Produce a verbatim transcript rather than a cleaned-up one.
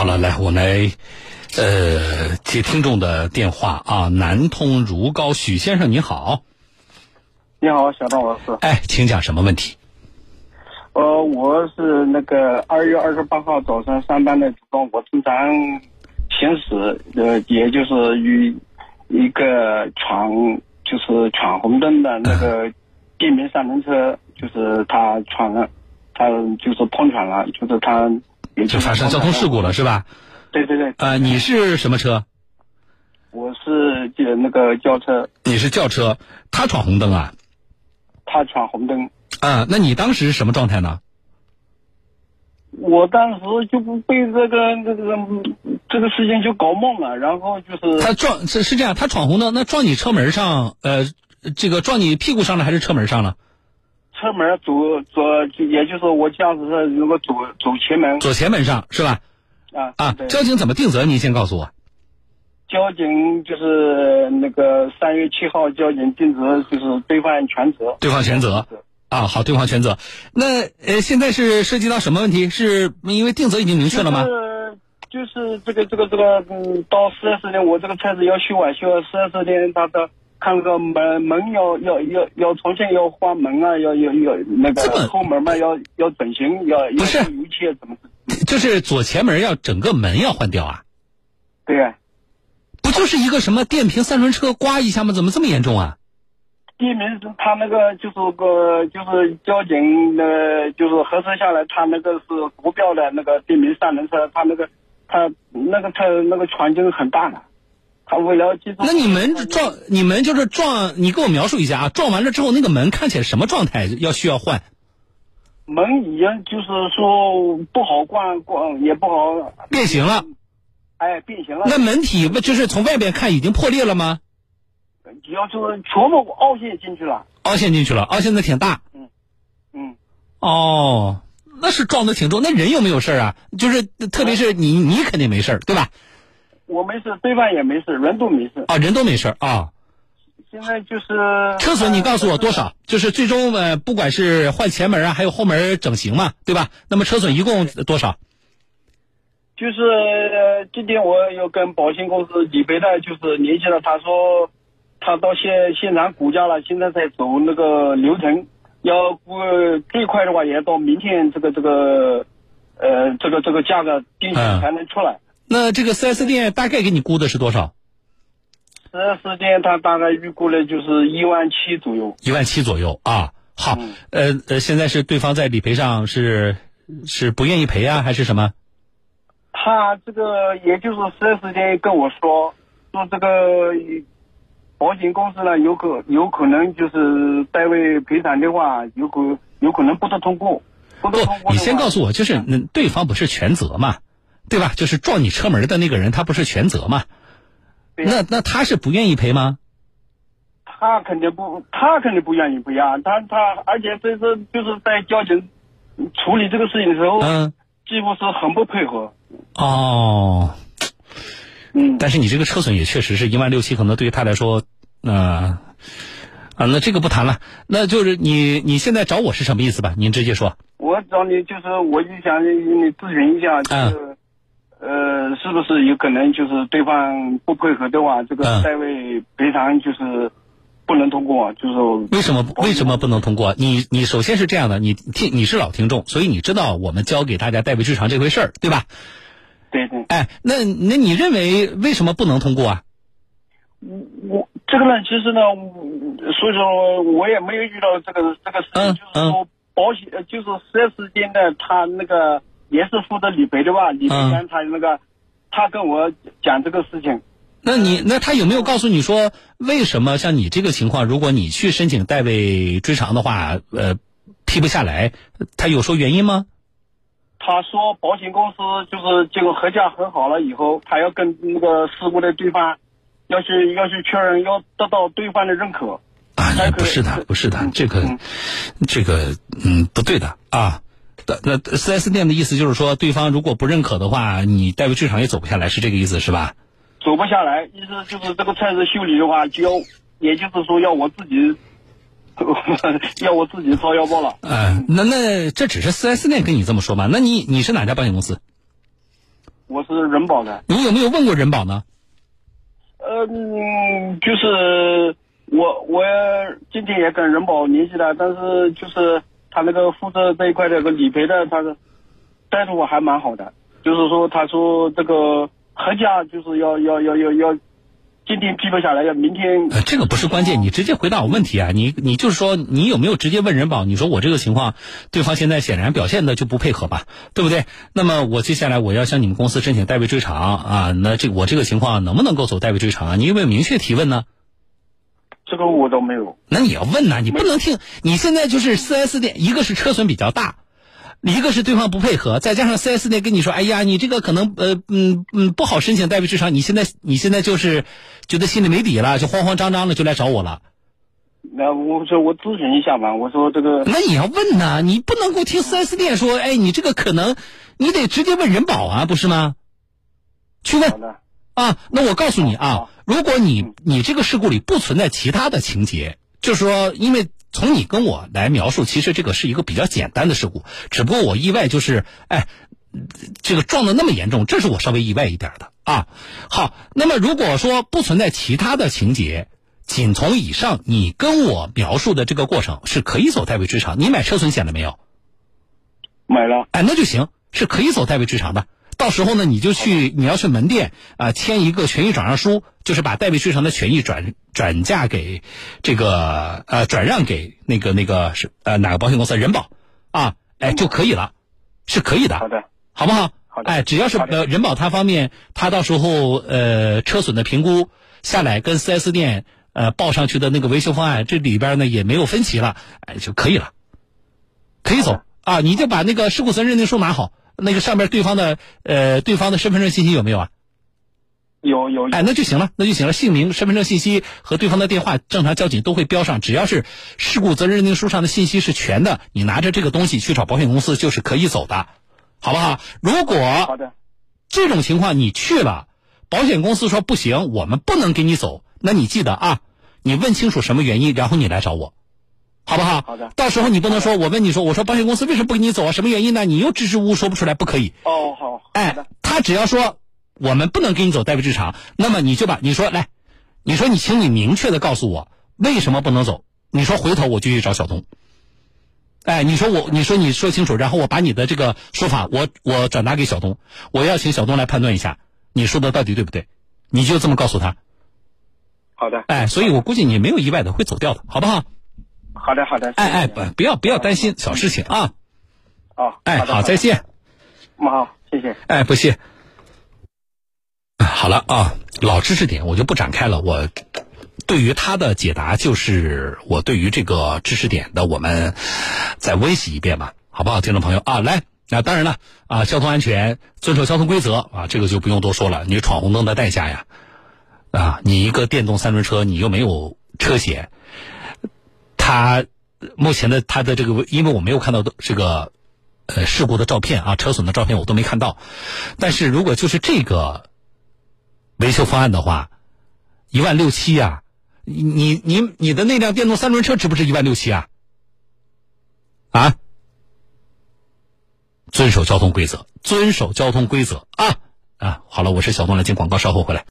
好了，来，我们来呃接听众的电话啊。南通如皋，许先生你好。 你好，小张老师。 哎，请讲什么问题？ 呃，我是那个二月二十八号早上上班的途中，我正常行驶，呃，也就是与一个闯就是闯红灯的那个电瓶三轮车，就是他闯了，他就是碰撞了，就是他也就发生交通事故了是吧？ 对对对。 呃，你是什么车？ 我是这那个轿车。 你是轿车，他闯红灯啊？ 他闯红灯。 啊，那你当时是什么状态呢？ 我当时就不被这个这个这个事情就搞懵了，然后就是他撞是是这样，他闯红灯，那撞你车门上，呃，这个撞你屁股上了还是车门上了？ 车门左左，也就是我驾驶车如果左左前门， 左前门上是吧？ 啊啊，交警怎么定责？你先告诉我。 交警就是那个三月七号，交警定责就是对方全责。 对方全责。啊，好，对方全责。那呃，现在是涉及到什么问题？是因为定责已经明确了吗？ 就是就是这个这个这个，嗯，到四 S 店，我这个车子要修啊修啊，四 S 店他的看那个门门要要要要重新要换门啊，要要要那个后门嘛要要整形，要不是油漆怎么？ 就是左前门要整个门要换掉啊？ 对啊。 不就是一个什么电瓶三轮车刮一下吗？怎么这么严重啊？ 电瓶是他那个就是个就是交警的，就是核实下来，他那个是国标的那个电瓶三轮车，他那个他那个车那个闯劲很大的，他为了记住。 那你们撞你们就是撞，你给我描述一下啊，撞完了之后那个门看起来什么状态？要需要换？ 门已经就是说不好关关也不好变形了。 哎，变形了。 那门体不就是从外边看已经破裂了吗？ 只要就是全部凹陷进去了。 凹陷进去了，凹陷的挺大。 嗯嗯。 哦，那是撞的挺重，那人有没有事啊？就是特别是你，你肯定没事对吧？ 我没事，对方也没事，人都没事。 啊，人都没事啊。 现在就是车损，你告诉我多少？就是最终呃，不管是换前门啊，还有后门整形嘛，对吧？那么车损一共多少？ 就是呃今天我有跟保险公司理赔的，就是联系了，他说他到现现场估价了，现在在走那个流程，要估最快的话也要到明天这个这个呃这个这个价格定性才能出来。 嗯、那这个 四 S 店大概给你估的是多少？ 四 S 店他大概预估了就是一万七左右。 一万七左右啊。好，嗯、呃呃，现在是对方在理赔上是是不愿意赔啊，还是什么？ 他这个也就是四 S 店跟我说说这个保险公司呢有可有可能就是代为赔偿的话，有可有可能不得通过。不得通过。 你先告诉我，就是那对方不是全责嘛，对吧？就是撞你车门的那个人，他不是全责嘛？那那他是不愿意赔吗？ 他肯定不，他肯定不愿意赔啊！他他而且这是就是在交警处理这个事情的时候， 嗯， 几乎是很不配合。 哦， 嗯， 但是你这个车损也确实是一万六七，可能对于他来说，呃，啊，那这个不谈了。那就是你你现在找我是什么意思吧？您直接说。 我找你就是我就想与你咨询一下，就是、嗯、呃，是不是有可能就是对方不配合的话，这个代位赔偿就是不能通过，就是为什么为什么不能通过？你你首先是这样的，你听你是老听众，所以你知道我们教给大家代位追偿这回事儿，对吧？ 对对。 哎，那那你认为为什么不能通过啊？ 我这个呢，其实呢，所以说我也没有遇到这个这个事情， 嗯、 就是说保险就是四 S店的，他那个也是负责理赔的吧？理赔员他那个、嗯、他跟我讲这个事情。 那你那他有没有告诉你说，为什么像你这个情况，如果你去申请代位追偿的话，呃，批不下来？他有说原因吗？ 他说保险公司就是这个核价很好了以后，他要跟那个事故的对方要去要去确认，要得到对方的认可。 啊，也不是的，不是的，嗯、这个、嗯、这个嗯不对的啊。那四 S 店的意思就是说，对方如果不认可的话，你代位追偿也走不下来，是这个意思是吧？ 走不下来，意思就是这个车子修理的话，就要，也就是说要我自己，要我自己掏腰包了。 呃，那那这只是四 S 店跟你这么说吧？那你你是哪家保险公司？ 我是人保的。 你有没有问过人保呢？ 呃，嗯，就是我我今天也跟人保联系了，但是就是他那个负责这一块的个理赔的，他是态度还蛮好的，就是说他说这个合价就是要要要要要今天批不下来，要明天。 呃，这个不是关键，你直接回答我问题啊！你你就是说，你有没有直接问人保？你说我这个情况，对方现在显然表现的就不配合吧，对不对？那么我接下来我要向你们公司申请代位追偿啊，那这我这个情况能不能够走代位追偿啊？你有没有明确提问呢？ 这个我都没有。 那你要问呐，你不能听。你现在就是 四 S 店，一个是车损比较大，一个是对方不配合，再加上 四 S 店跟你说，哎呀，你这个可能呃嗯嗯不好申请代位追偿，你现在你现在就是觉得心里没底了，就慌慌张张的就来找我了。 那我说我咨询一下嘛，我说这个。 那你要问呐，你不能够听 四 S 店说，哎，你这个可能，你得直接问人保啊，不是吗？去问。 好的。 啊，那我告诉你啊，如果你你这个事故里不存在其他的情节，就是说，因为从你跟我来描述，其实这个是一个比较简单的事故，只不过我意外就是，哎，这个撞得那么严重，这是我稍微意外一点的啊。好，那么如果说不存在其他的情节，仅从以上你跟我描述的这个过程是可以走代位追偿。你买车损险了没有？ 买了。 哎，那就行，是可以走代位追偿的。到时候呢，你就去，你要去门店啊、呃，签一个权益转让书，就是把代位追偿的权益转转嫁给这个呃转让给那个那个是呃哪个保险公司人保啊，哎就可以了，是可以的。 好的， 好不好？ 好的。 哎，只要是呃人保他方面，他到时候呃车损的评估下来跟 四 S 店呃报上去的那个维修方案，这里边呢也没有分歧了，哎就可以了，可以走啊，你就把那个事故责任认定书拿好。那个上面对方的呃对方的身份证信息有没有啊？ 有有。 哎，那就行了，那就行了。姓名、身份证信息和对方的电话，正常交警都会标上。只要是事故责任认定书上的信息是全的，你拿着这个东西去找保险公司就是可以走的，好不好？如果好的这种情况你去了，保险公司说不行，我们不能给你走，那你记得啊，你问清楚什么原因，然后你来找我。好不好？ 好的。 到时候你不能说，我问你说，我说保险公司为什么不给你走啊？什么原因呢？你又支支吾吾说不出来，不可以。 哦，好。 哎，他只要说我们不能给你走代位追偿，那么你就把你说来，你说你请你明确的告诉我为什么不能走？你说回头我就去找小东。哎，你说我，你说你说清楚，然后我把你的这个说法，我我转达给小东，我要请小东来判断一下你说的到底对不对，你就这么告诉他。 好的。 哎，所以我估计你没有意外的会走掉的，好不好？ 好的好的。 哎哎，不不要不要担心小事情啊。 哦。 哎，好，再见。 那么好，谢谢。 哎，不谢。好了啊，老知识点我就不展开了。我对于他的解答，就是我对于这个知识点的，我们再温习一遍吧，好不好，听众朋友啊？来，那当然了啊，交通安全，遵守交通规则啊，这个就不用多说了。你闯红灯的代价呀，啊，你一个电动三轮车，你又没有车险。他目前的他的这个，因为我没有看到的这个呃事故的照片啊，车损的照片我都没看到。但是如果就是这个维修方案的话，一万六七啊，你你你的那辆电动三轮车值不值一万六七啊？啊？遵守交通规则，遵守交通规则啊啊！好了，我是小东，来进广告，稍后回来。